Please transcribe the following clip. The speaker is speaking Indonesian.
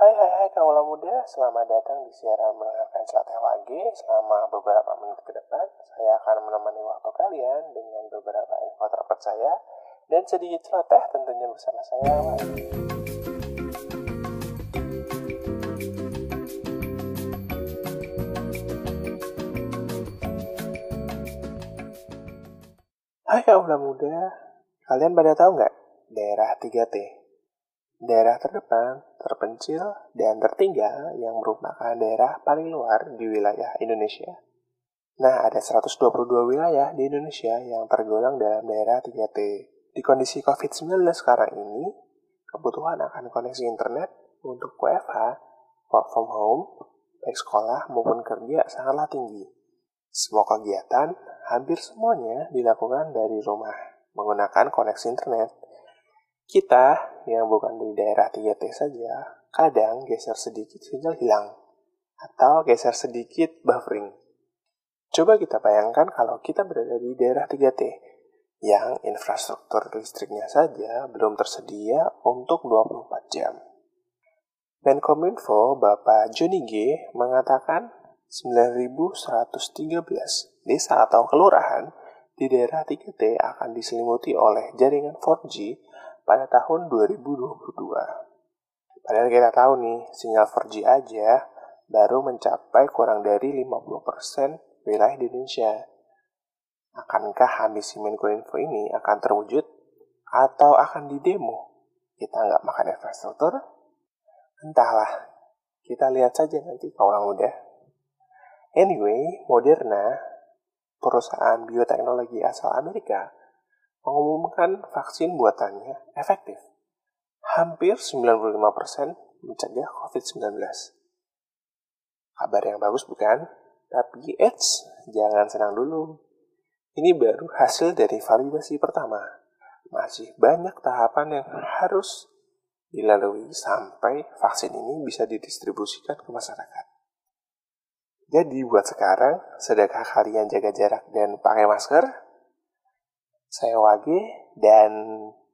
Hai kaula muda, selamat datang di siaran mendengarkan celoteh wage. Selama beberapa menit ke depan, saya akan menemani waktu kalian dengan beberapa info terpercaya dan sedikit celoteh tentunya bersama saya, Wage. Hai kaula muda, kalian pada tahu nggak daerah 3T? Daerah terdepan, terpencil, dan tertinggal yang merupakan daerah paling luar di wilayah Indonesia. Nah, ada 122 wilayah di Indonesia yang tergolong dalam daerah 3T. Di kondisi COVID-19 sekarang ini, kebutuhan akan koneksi internet untuk WFH, work from home, baik sekolah maupun kerja sangatlah tinggi. Semua kegiatan, hampir semuanya dilakukan dari rumah menggunakan koneksi internet. Kita yang bukan di daerah 3T saja, kadang geser sedikit sinyal hilang, atau geser sedikit buffering. Coba kita bayangkan kalau kita berada di daerah 3T, yang infrastruktur listriknya saja belum tersedia untuk 24 jam. Menkominfo Bapak Joni G. mengatakan 9.113 desa atau kelurahan di daerah 3T akan diselimuti oleh jaringan 4G pada tahun 2022. Padahal kita tahu nih, sinyal 4G aja baru mencapai kurang dari 50% wilayah di Indonesia. Akankah ambisi Menkominfo ini akan terwujud atau akan didemo? Kita nggak makan infrastruktur? Entahlah, kita lihat saja nanti kawan muda. Anyway, Moderna, perusahaan bioteknologi asal Amerika, mengumumkan vaksin buatannya efektif. Hampir 95% mencegah COVID-19. Kabar yang bagus bukan? Tapi jangan senang dulu. Ini baru hasil dari validasi pertama. Masih banyak tahapan yang harus dilalui sampai vaksin ini bisa didistribusikan ke masyarakat. Jadi buat sekarang, sedekah kalian jaga jarak dan pakai masker? Saya Wage dan